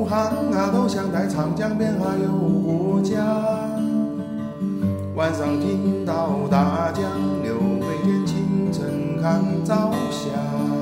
汉啊，都像在长江边还有国家。晚上听到大江流，每天清晨看朝霞。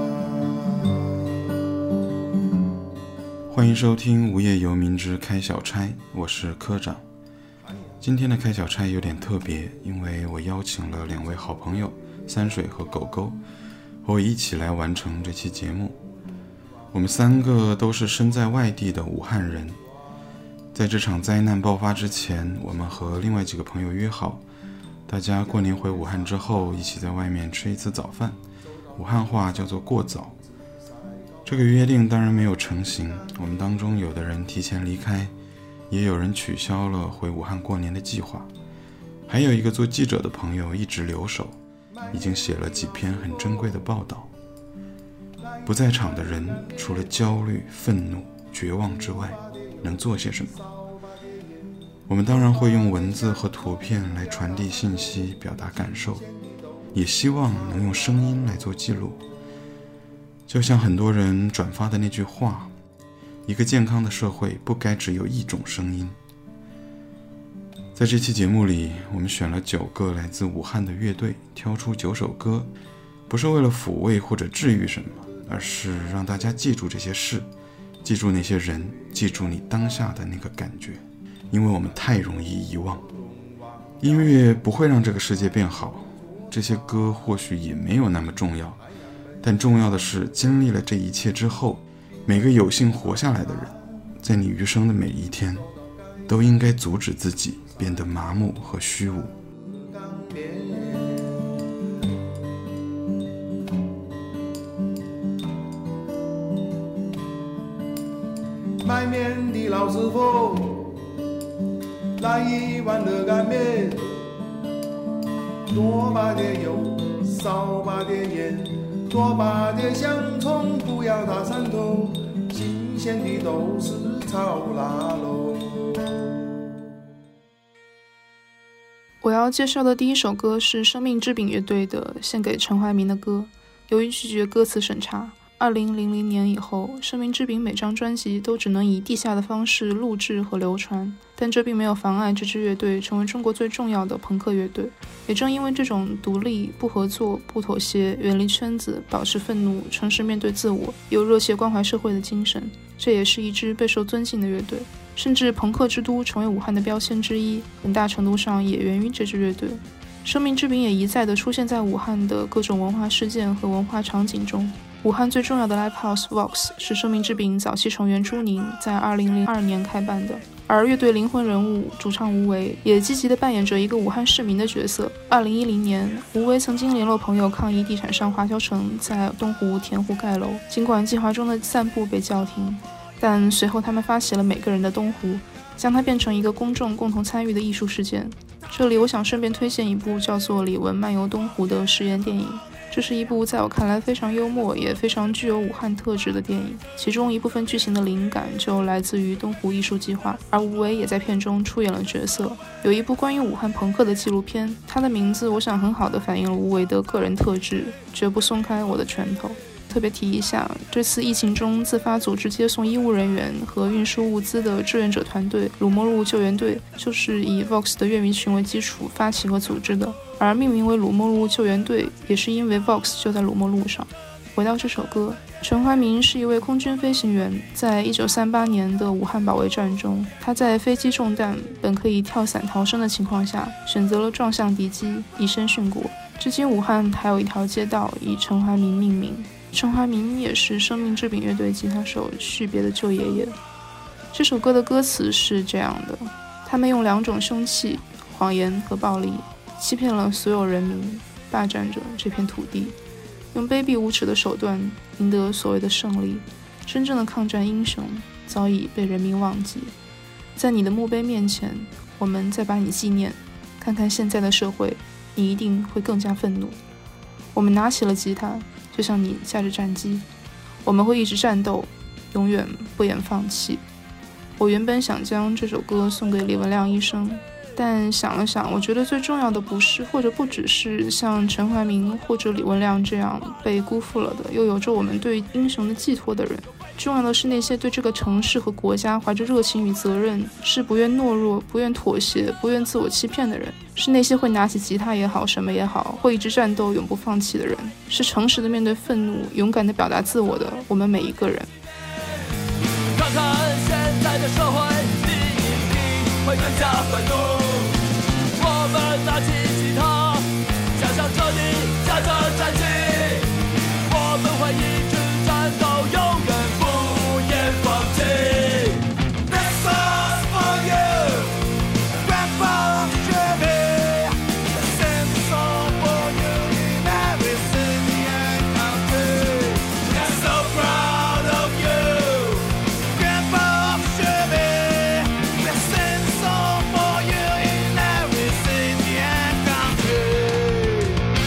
欢迎收听无业游民之开小差，我是科长。今天的开小差有点特别，因为我邀请了2位好朋友三水和狗狗和我一起来完成这期节目。我们3个都是身在外地的武汉人，在这场灾难爆发之前，我们和另外几个朋友约好，大家过年回武汉之后一起在外面吃一次早饭，武汉话叫做过早。这个约定当然没有成型，我们当中有的人提前离开，也有人取消了回武汉过年的计划，还有一个做记者的朋友一直留守，已经写了几篇很珍贵的报道。不在场的人除了焦虑、愤怒、绝望之外，能做些什么？我们当然会用文字和图片来传递信息，表达感受，也希望能用声音来做记录。就像很多人转发的那句话，一个健康的社会不该只有一种声音。在这期节目里，我们选了9个来自武汉的乐队，挑出9首歌，不是为了抚慰或者治愈什么，而是让大家记住这些事，记住那些人，记住你当下的那个感觉，因为我们太容易遗忘。音乐不会让这个世界变好，这些歌或许也没有那么重要，但重要的是，经历了这一切之后，每个有幸活下来的人，在你余生的每一天，都应该阻止自己变得麻木和虚无。 卖面的老师傅，来1碗热干面，多把点油，少把点盐，多把点香葱，不要大山头，新鲜的豆豉炒腊肉。 我要介绍的第一首歌是生命之饼乐队的《献给陈怀民的歌》。由于拒绝歌词审查，2000年以后，生命之饼每张专辑都只能以地下的方式录制和流传，但这并没有妨碍这支乐队成为中国最重要的朋克乐队。也正因为这种独立、不合作、不妥协、远离圈子、保持愤怒、诚实面对自我、又热切关怀社会的精神，这也是一支备受尊敬的乐队。甚至朋克之都成为武汉的标签之一，很大程度上也源于这支乐队。生命之饼也一再地出现在武汉的各种文化事件和文化场景中。武汉最重要的 Live House Vox 是生命之饼早期成员朱宁在2002年开办的，而乐队灵魂人物主唱吴为也积极地扮演着一个武汉市民的角色。2010年，吴为曾经联络朋友抗议地产商华侨城在东湖填湖盖楼，尽管计划中的散步被叫停，但随后他们发起了每个人的东湖，将它变成一个公众共同参与的艺术事件。这里我想顺便推荐一部叫做《李玟漫游东湖》的实验电影。这是一部在我看来非常幽默也非常具有武汉特质的电影，其中一部分剧情的灵感就来自于东湖艺术计划，而吴为也在片中出演了角色。有一部关于武汉朋克的纪录片，它的名字我想很好地反映了吴为的个人特质，绝不松开我的拳头。特别提一下，这次疫情中自发组织接送医务人员和运输物资的志愿者团队鲁莫路救援队，就是以 Vox 的乐迷群为基础发起和组织的，而命名为鲁莫路救援队也是因为 Vox 就在鲁莫路上。回到这首歌，陈怀民是一位空军飞行员，在1938年的武汉保卫战中，他在飞机中弹本可以跳伞逃生的情况下，选择了撞向敌机，以身殉国。至今武汉还有一条街道以陈怀民命名，陈怀民也是生命之饼乐队吉他手续别的舅爷爷。这首歌的歌词是这样的：他们用2种凶器，谎言和暴力，欺骗了所有人民，霸占着这片土地，用卑鄙无耻的手段赢得所谓的胜利。真正的抗战英雄早已被人民忘记，在你的墓碑面前，我们再把你纪念，看看现在的社会，你一定会更加愤怒。我们拿起了吉他，就像你驾着战机，我们会一直战斗，永远不言放弃。我原本想将这首歌送给李文亮医生，但想了想，我觉得最重要的不是或者不只是像陈怀民或者李文亮这样被辜负了的又有着我们对英雄的寄托的人， 重要的是那些对这个城市和国家怀着热情与责任，是不愿懦弱、不愿妥协、不愿自我欺骗的人，是那些会拿起吉他也好，什么也好，会一直战斗、永不放弃的人，是诚实的面对愤怒、勇敢的表达自我的我们每一个人。 看看现在的社会，你一定会更加愤怒。我们拿起吉他，想象着你驾着战机，我们会一直战斗，永远不言放弃。This song's for you, Grandpa Chevy. Sing this song for you in every city and country. I'm so proud of you, Grandpa Chevy. Sing this song for you in every city and country.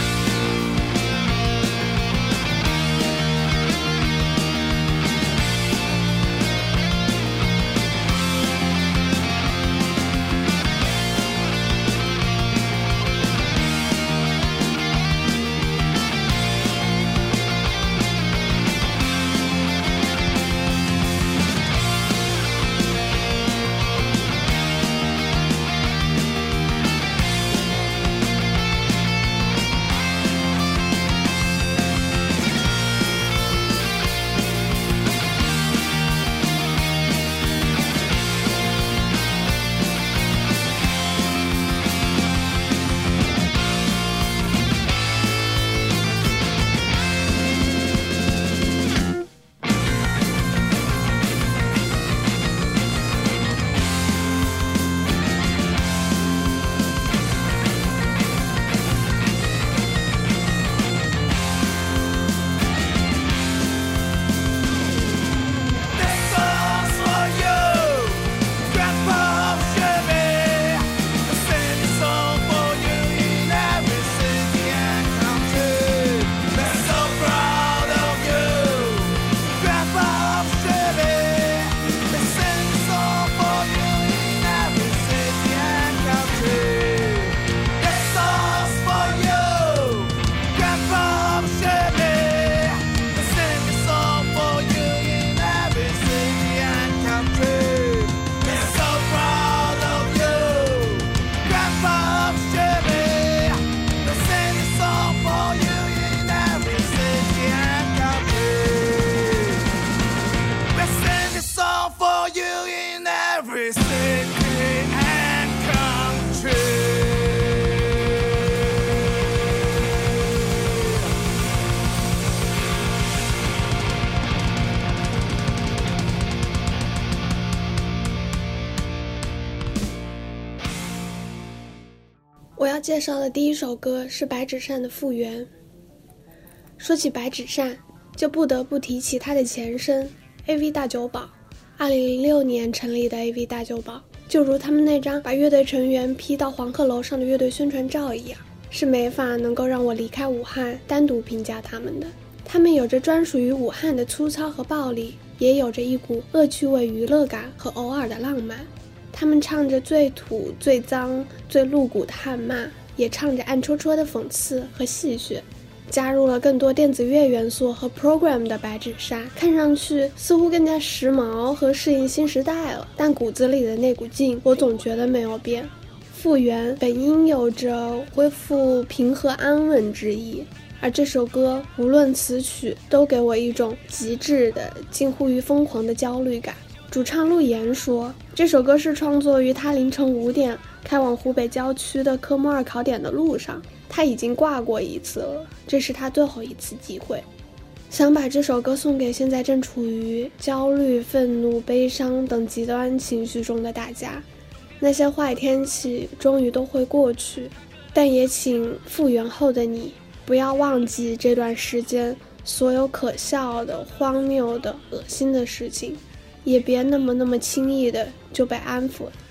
我要介绍的第一首歌是白纸扇的复原。说起白纸扇，就不得不提起它的前身 AV 大酒保。2006年成立的 AV 大酒保，就如他们那张把乐队成员 P 到黄鹤楼上的乐队宣传照一样，是没法能够让我离开武汉单独评价他们的。他们有着专属于武汉的粗糙和暴力，也有着一股恶趣味娱乐感和偶尔的浪漫。他们唱着最土、最脏、最露骨的谩骂，也唱着暗戳戳的讽刺和戏谑。加入了更多电子乐元素和 program 的白纸扇，看上去似乎更加时髦和适应新时代了，但骨子里的那股劲，我总觉得没有变。复原本应有着恢复平和安稳之意，而这首歌无论词曲都给我一种极致的近乎于疯狂的焦虑感。主唱陆岩说，这首歌是创作于他凌晨5点开往湖北郊区的科目2考点的路上，他已经挂过一次了，这是他最后一次机会。想把这首歌送给现在正处于焦虑、愤怒、悲伤等极端情绪中的大家，那些坏天气终于都会过去，但也请复原后的你不要忘记这段时间所有可笑的、荒谬的、恶心的事情，也别那么轻易的就被安抚了。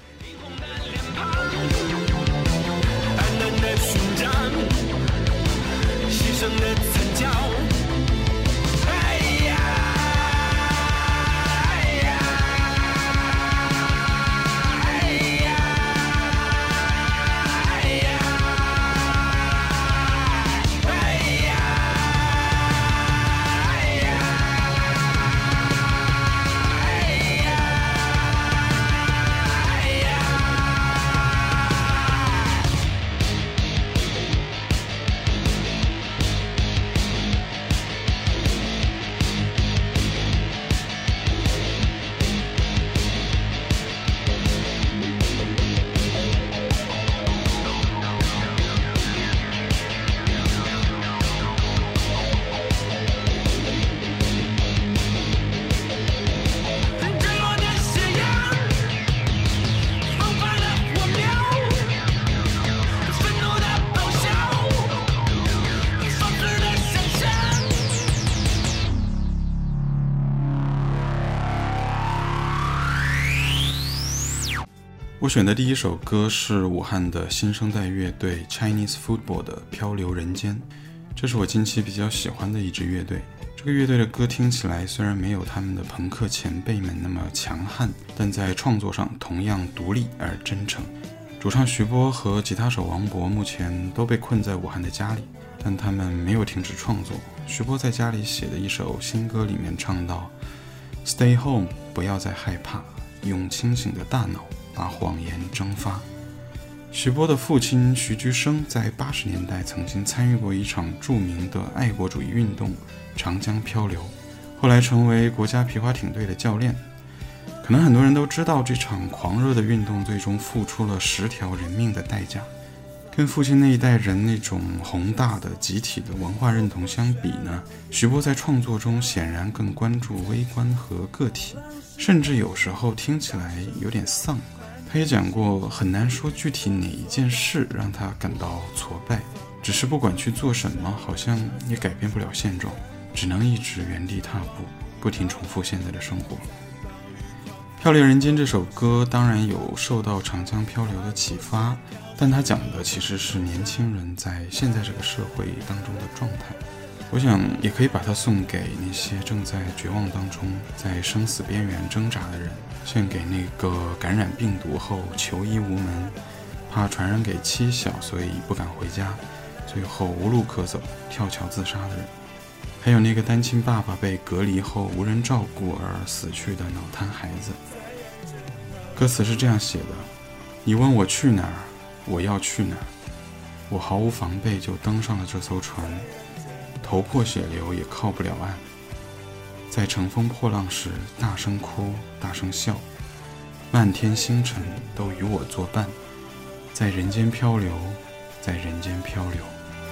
我选的第一首歌是武汉的新生代乐队 Chinese Football 的《漂流人间》，这是我近期比较喜欢的一支乐队。这个乐队的歌听起来虽然没有他们的朋克前辈们那么强悍，但在创作上同样独立而真诚。主唱徐波和吉他手王博目前都被困在武汉的家里，但他们没有停止创作。徐波在家里写的一首新歌里面唱到 Stay home， 不要再害怕，用清醒的大脑把谎言蒸发。徐波的父亲徐居生在80年代曾经参与过一场著名的爱国主义运动长江漂流，后来成为国家皮划艇队的教练。可能很多人都知道，这场狂热的运动最终付出了10条人命的代价。跟父亲那一代人那种宏大的集体的文化认同相比呢，徐波在创作中显然更关注微观和个体，甚至有时候听起来有点丧。他也讲过，很难说具体哪一件事让他感到挫败，只是不管去做什么，好像也改变不了现状，只能一直原地踏步，不停重复现在的生活。漂流人间这首歌当然有受到长江漂流的启发，但它讲的其实是年轻人在现在这个社会当中的状态。我想也可以把它送给那些正在绝望当中，在生死边缘挣扎的人，献给那个感染病毒后求医无门，怕传染给妻小所以不敢回家，最后无路可走跳桥自杀的人，还有那个单亲爸爸被隔离后无人照顾而死去的脑瘫孩子。歌词是这样写的：你问我去哪儿，我要去哪儿，我毫无防备就登上了这艘船，头破血流也靠不了岸，在乘风破浪时大声哭大声笑，漫天星辰都与我作伴，在人间漂流，在人间漂流。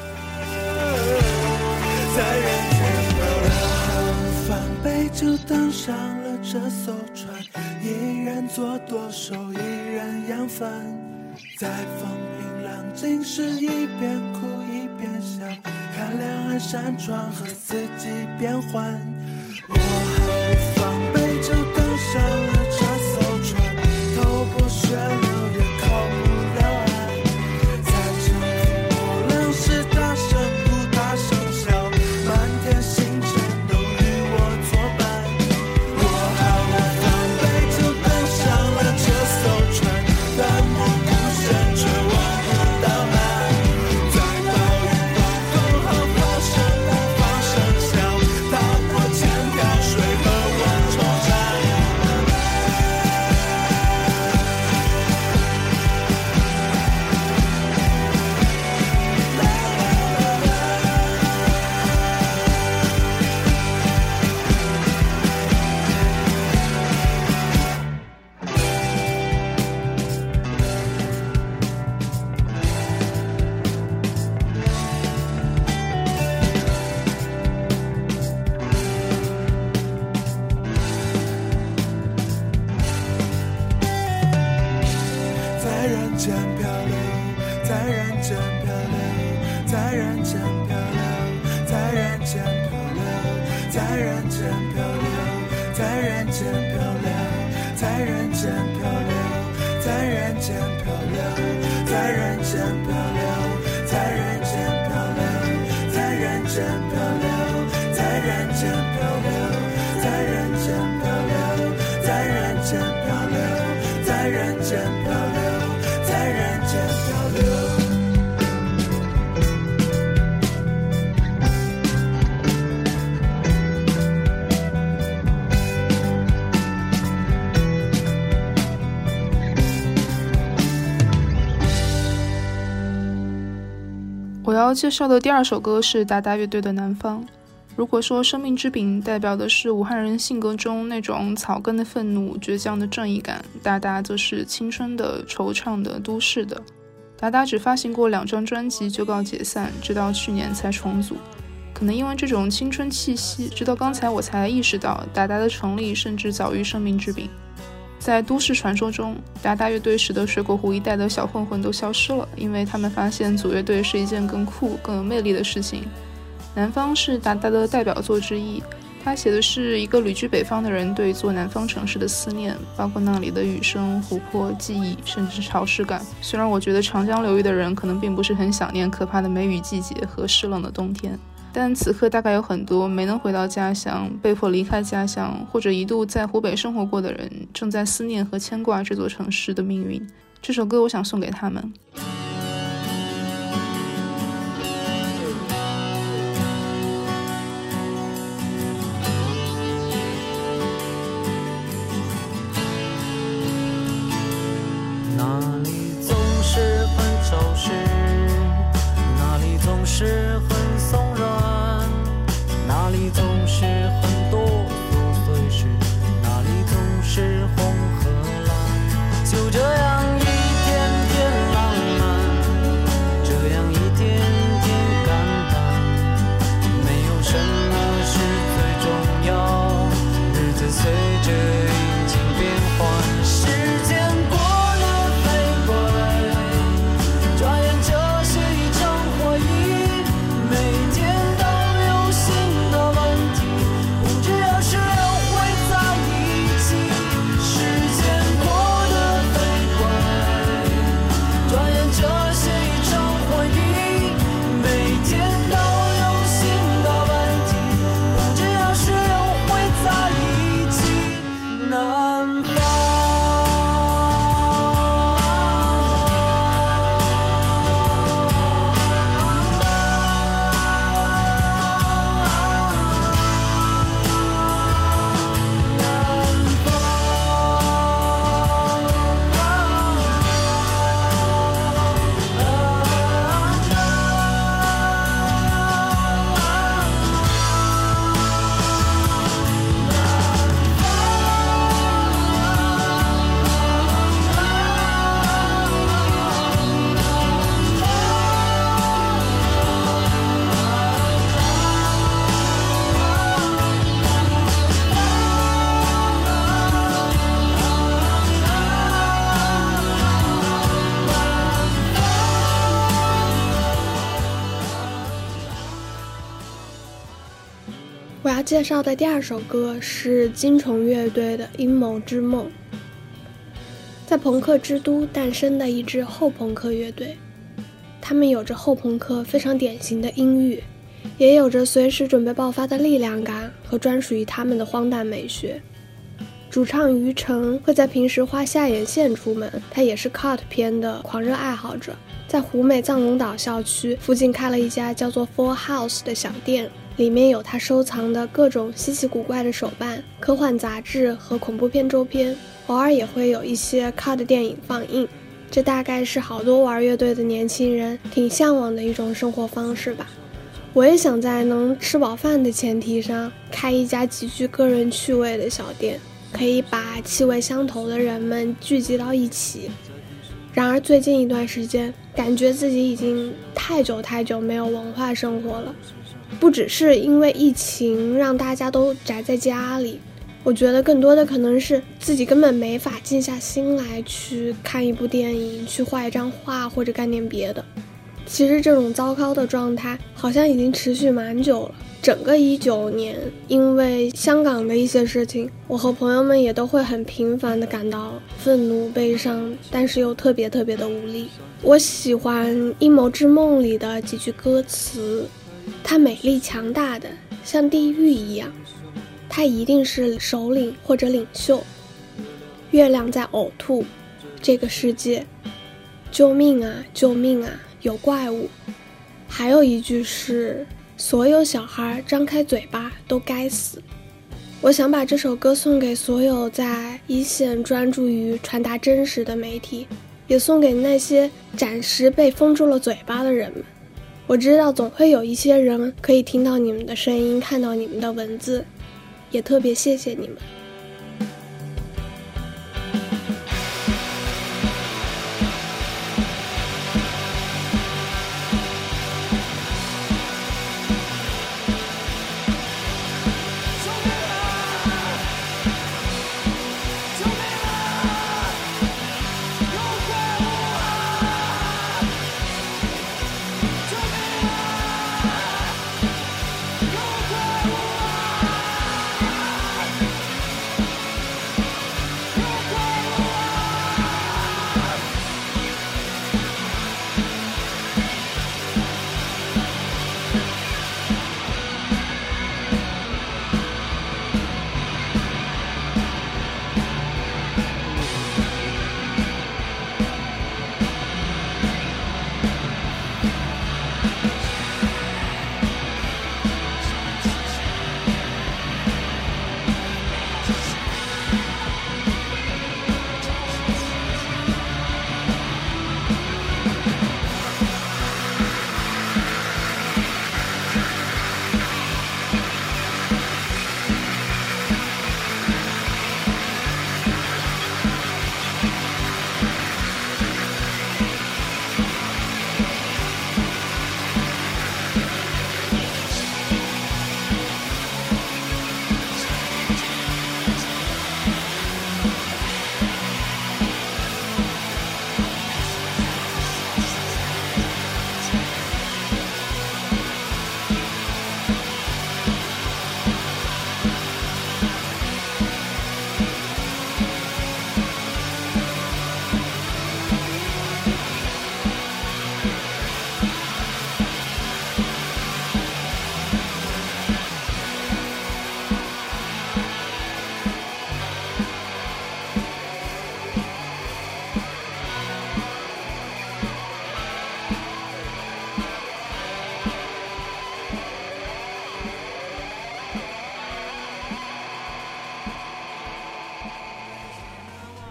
在人间漂流，防备就登上了这艘船，依然做舵手，依然扬帆，在风平浪静时一边哭一边笑，看两岸山川和四季变换。我毫无防备就登上了这艘船，头破血流也靠不了岸，在乘风破浪时大声哭大声笑，满天星辰都与我作伴。我毫无防备就登上了这艘船，但目不神却望不到岸，在暴雨暴风后放声哭放声笑，踏过千条水和万重山。在人间漂流，在人间漂流，在人间漂流，在人间漂流，在人间漂流，在人间漂流，在人间漂流，在人间漂流，在人间漂流，在人间漂流，在人间漂流，在人间漂流，在人间漂流，在人间漂流，在人间漂流，在人间漂流。 我要介绍的第二首歌是达达乐队的《南方》。如果说生命之饼代表的是武汉人性格中那种草根的愤怒、倔强的正义感，达达则是青春的、惆怅的、都市的。达达只发行过2张专辑就告解散，直到去年才重组。可能因为这种青春气息，直到刚才我才意识到，达达的成立甚至早于生命之饼。在都市传说中，达达乐队使得水果湖一带的小混混都消失了，因为他们发现组乐队是一件更酷、更有魅力的事情。南方是达达的代表作之一，它他写的是一个旅居北方的人对一座南方城市的思念，包括那里的雨声、湖泊、记忆，甚至潮湿感。虽然我觉得长江流域的人可能并不是很想念可怕的梅雨季节和湿冷的冬天，但此刻大概有很多没能回到家乡、被迫离开家乡，或者一度在湖北生活过的人，正在思念和牵挂这座城市的命运。这首歌我想送给他们。 那里总是很潮湿，那里总是很松软，那里总是很多琐碎事，那里总是红和蓝。就这样一点点浪漫，这样一点点感叹，没有什么是最重要，日子随着阴晴变换，时间过得飞快，转眼就是一场回忆，每天都有新的问题，不知何时又会在一起。时间过得飞快，转眼就是一场回忆，每天都有新的问题，不知何时又会在一起。南方。 我要介绍的第二首歌是金虫乐队的《阴谋之梦》。在朋克之都诞生的一支后朋克乐队，他们有着后朋克非常典型的音域，也有着随时准备爆发的力量感和专属于他们的荒诞美学。主唱于晨会在平时花下眼线出门，他也是 cult 片的狂热爱好者，在湖美藏龙岛校区附近开了一家叫做 Four House 的小店，里面有他收藏的各种稀奇古怪的手办、科幻杂志和恐怖片周边，偶尔也会有一些 cult 电影放映。这大概是好多玩乐队的年轻人挺向往的一种生活方式吧。我也想在能吃饱饭的前提上开一家极具个人趣味的小店，可以把气味相投的人们聚集到一起。然而最近一段时间，感觉自己已经太久没有文化生活了，不只是因为疫情让大家都宅在家里，我觉得更多的可能是自己根本没法静下心来去看一部电影，去画一张画或者干点别的。其实这种糟糕的状态好像已经持续蛮久了。整个19年，因为香港的一些事情，我和朋友们也都会很频繁地感到愤怒、悲伤，但是又特别的无力。我喜欢《阴谋之梦》里的几句歌词，它美丽强大的像地狱一样，它一定是首领或者领袖。月亮在呕吐，这个世界，救命啊救命啊，有怪物。还有一句是所有小孩张开嘴巴都该死。我想把这首歌送给所有在一线专注于传达真实的媒体，也送给那些暂时被封住了嘴巴的人们。我知道总会有一些人可以听到你们的声音，看到你们的文字，也特别谢谢你们。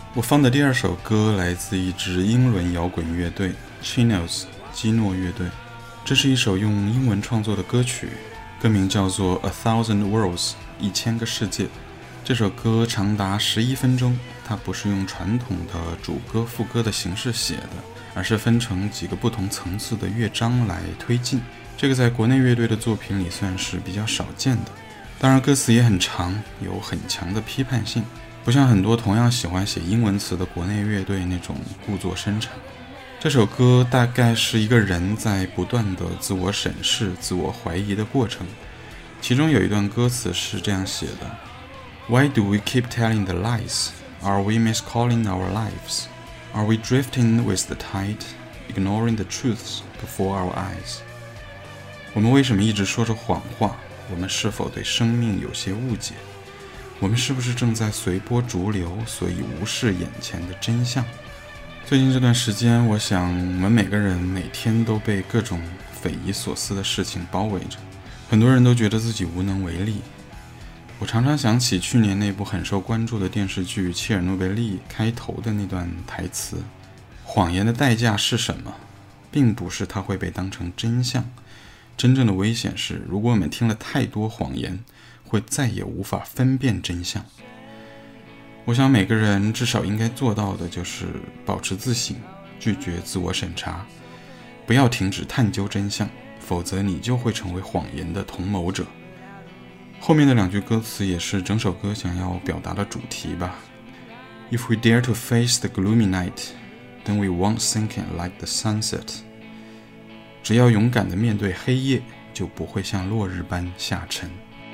我放的第二首歌来自一支英伦摇滚乐队 Chinos 基诺乐队，这是一首用英文创作的歌曲，歌名叫做 A Thousand Worlds 1000个世界。这首歌长达11分钟，它不是用传统的主歌副歌的形式写的，而是分成几个不同层次的乐章来推进，这个在国内乐队的作品里算是比较少见的。当然歌词也很长，有很强的批判性，不像很多同样喜欢写英文词的国内乐队那种故作深长。这首歌大概是一个人在不断的自我审视、自我怀疑的过程，其中有一段歌词是这样写的：Why do we keep telling the lies? Are we miscalling our lives? Are we drifting with the tide, ignoring the truths before our eyes? 我们为什么一直说着谎话？我们是否对生命有些误解？我们是不是正在随波逐流，所以无视眼前的真相？最近这段时间，我想我们每个人每天都被各种匪夷所思的事情包围着，很多人都觉得自己无能为力。我常常想起去年那部很受关注的电视剧《切尔诺贝利》开头的那段台词：谎言的代价是什么？并不是它会被当成真相，真正的危险是，如果我们听了太多谎言，会再也无法分辨真相。我想每个人至少应该做到的就是保持自省，拒绝自我审查，不要停止探究真相，否则你就会成为谎言的同谋者。后面的两句歌词也是整首歌想要表达的主题吧。If we dare to face the gloomy night, then we won't sink in like the sunset. 只要勇敢地面对黑夜，就不会像落日般下沉。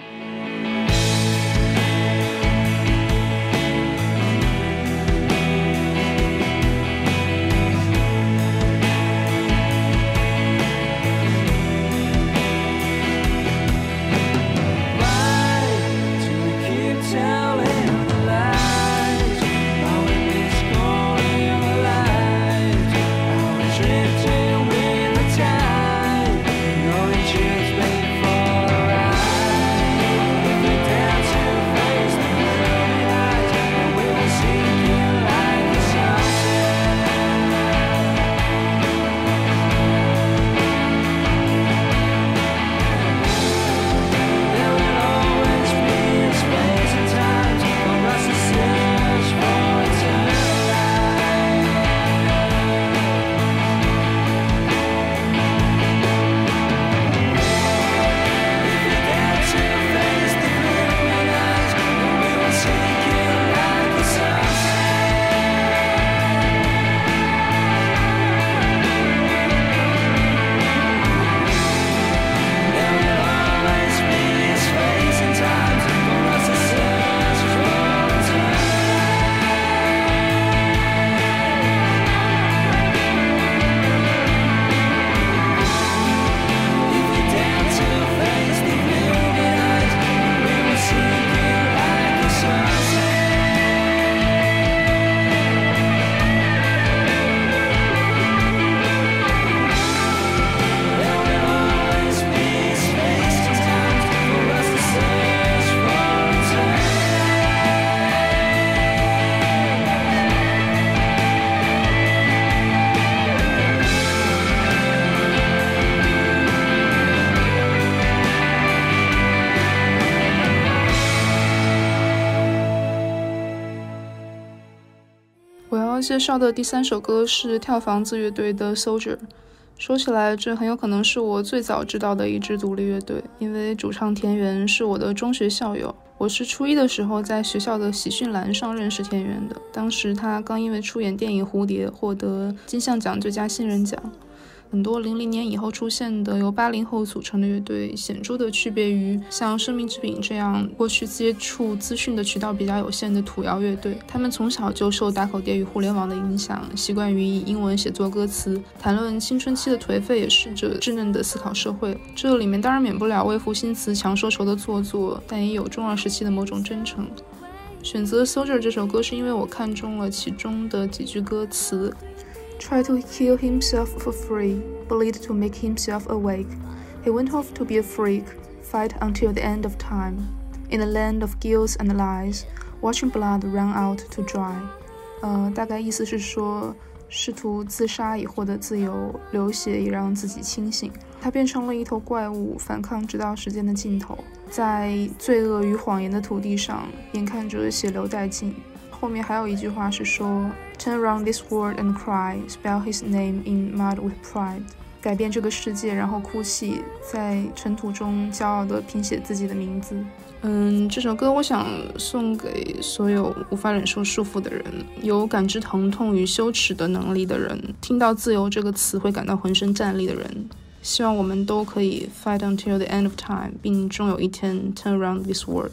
介绍的第三首歌是跳房子乐队的 Soldier。 说起来，这很有可能是我最早知道的一支独立乐队，因为主唱田园是我的中学校友。我是初一的时候在学校的喜讯栏上认识田园的，当时他刚因为出演电影《蝴蝶》获得金像奖最佳新人奖。很多00年以后出现的由80后组成的乐队，显著的区别于像生命之饼这样过去接触资讯的渠道比较有限的土谣乐队。他们从小就受打口碟与互联网的影响，习惯于以英文写作歌词，谈论青春期的颓废，也试着稚嫩的思考社会。这里面当然免不了为赋新词强说愁的做作，但也有中二时期的某种真诚。选择 Soldier 这首歌是因为我看中了其中的几句歌词。Try to kill himself for free, believed to make himself awake. He went off to be a freak, fight until the end of time. In a land of guilt and lies, watching blood run out to dry. 大概意思是说，试图自杀以获得自由，流血以让自己清醒。他变成了一头怪物，反抗直到时间的尽头，在罪恶与谎言的土地上，眼看着血流殆尽。后面还有一句话是说 Turn around this world and cry, spell his name in mud with pride， 改变这个世界，然后哭泣，在尘土中骄傲地拼写自己的名字。这首歌我想送给所有无法忍受束缚的人，有感知疼痛与羞耻的能力的人，听到自由这个词会感到浑身战栗的人。希望我们都可以 fight until the end of time， 并终有一天 turn around this world。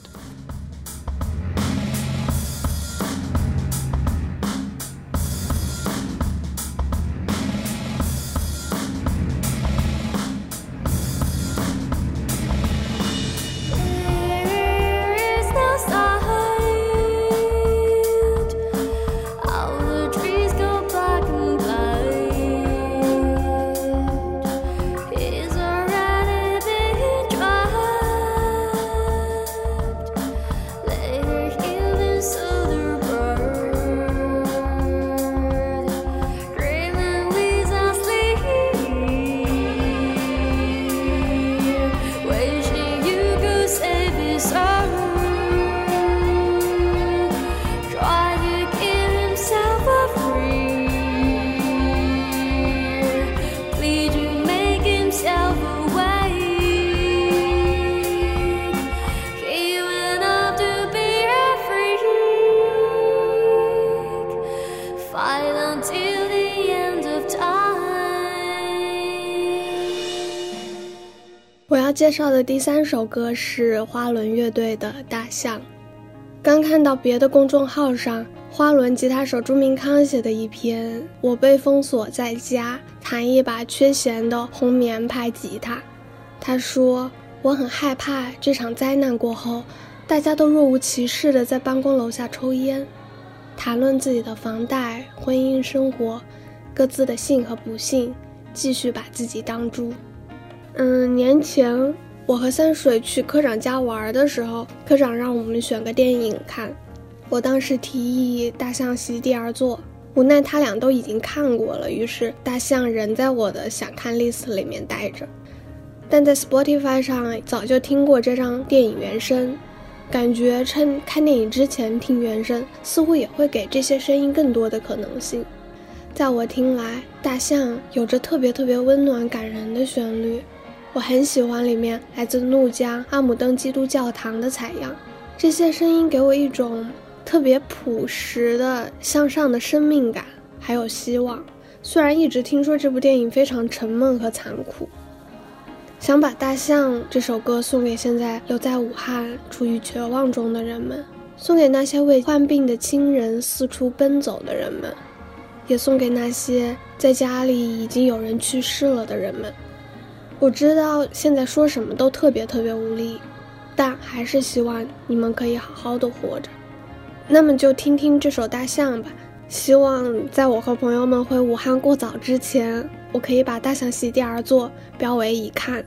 我要介绍的第3首歌是花轮乐队的《大象》。刚看到别的公众号上花轮吉他手朱明康写的一篇我被封锁在家，弹一把缺弦的红棉派吉他。他说，我很害怕这场灾难过后大家都若无其事地在办公楼下抽烟，谈论自己的房贷、婚姻生活、各自的幸和不幸，继续把自己当猪。年前我和三水去科长家玩的时候，科长让我们选个电影看，我当时提议大象席地而坐，无奈他俩都已经看过了，于是大象仍在我的想看 list 里面待着。但在 Spotify 上早就听过这张电影原声，感觉趁看电影之前听原声似乎也会给这些声音更多的可能性。在我听来，大象有着特别温暖感人的旋律，我很喜欢里面来自怒江阿姆登基督教堂的采样，这些声音给我一种特别朴实的向上的生命感，还有希望。虽然一直听说这部电影非常沉闷和残酷，想把《大象》这首歌送给现在留在武汉处于绝望中的人们，送给那些为患病的亲人四处奔走的人们，也送给那些在家里已经有人去世了的人们。我知道现在说什么都特别无力，但还是希望你们可以好好的活着。那么就听听这首《大象》吧，希望在我和朋友们回武汉过早之前，我可以把大象席地而坐，标为已看。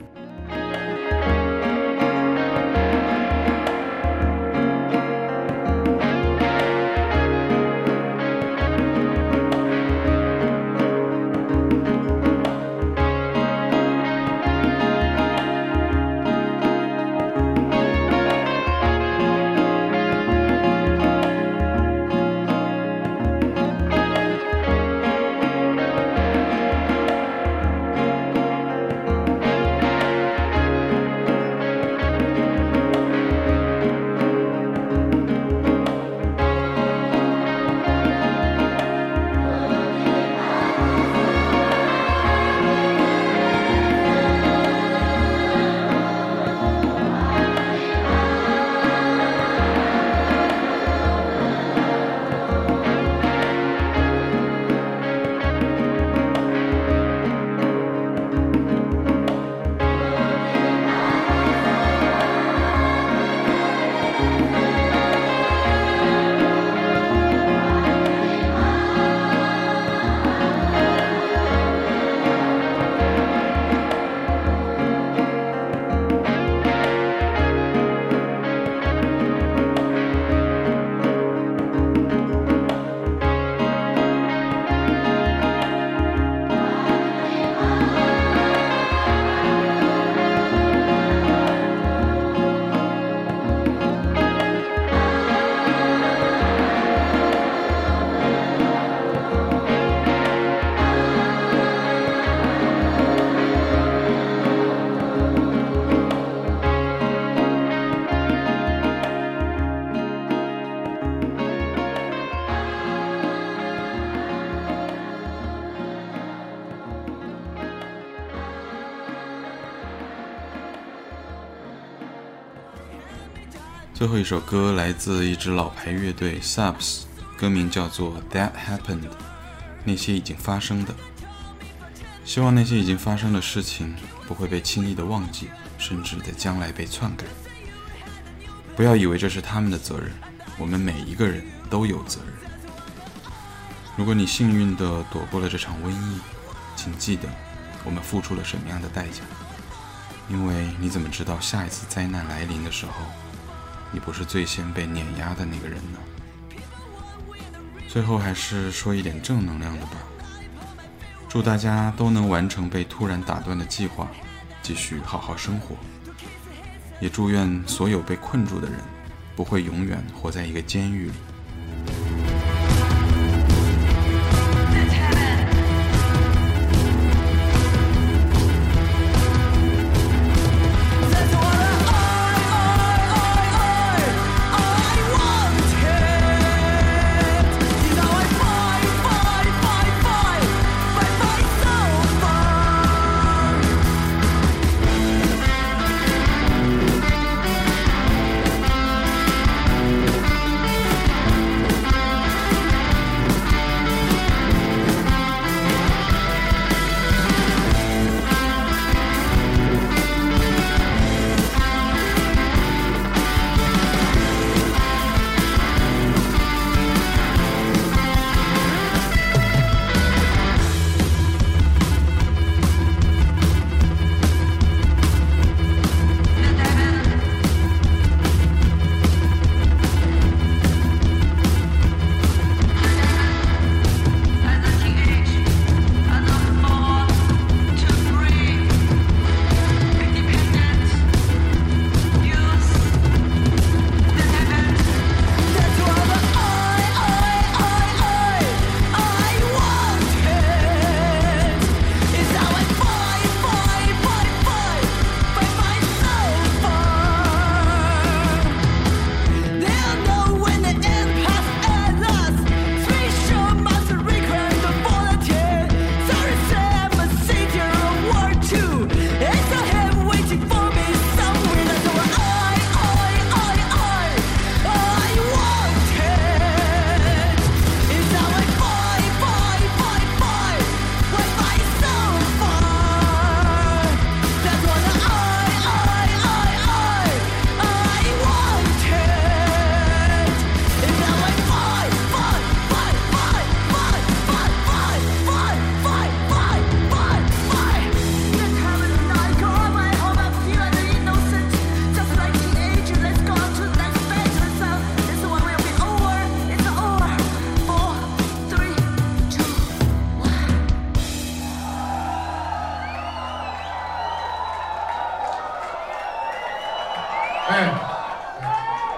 最后一首歌来自一支老牌乐队 Subs， 歌名叫做 That Happened， 那些已经发生的。希望那些已经发生的事情不会被轻易的忘记，甚至在将来被篡改。不要以为这是他们的责任，我们每一个人都有责任。如果你幸运地躲过了这场瘟疫，请记得我们付出了什么样的代价，因为你怎么知道下一次灾难来临的时候，你不是最先被碾压的那个人呢？最后还是说一点正能量的吧，祝大家都能完成被突然打断的计划，继续好好生活。也祝愿所有被困住的人不会永远活在一个监狱里。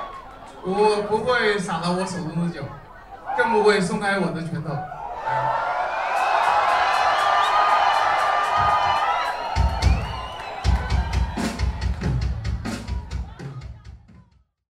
我不会洒到我手中的酒，更不会松开我的拳头。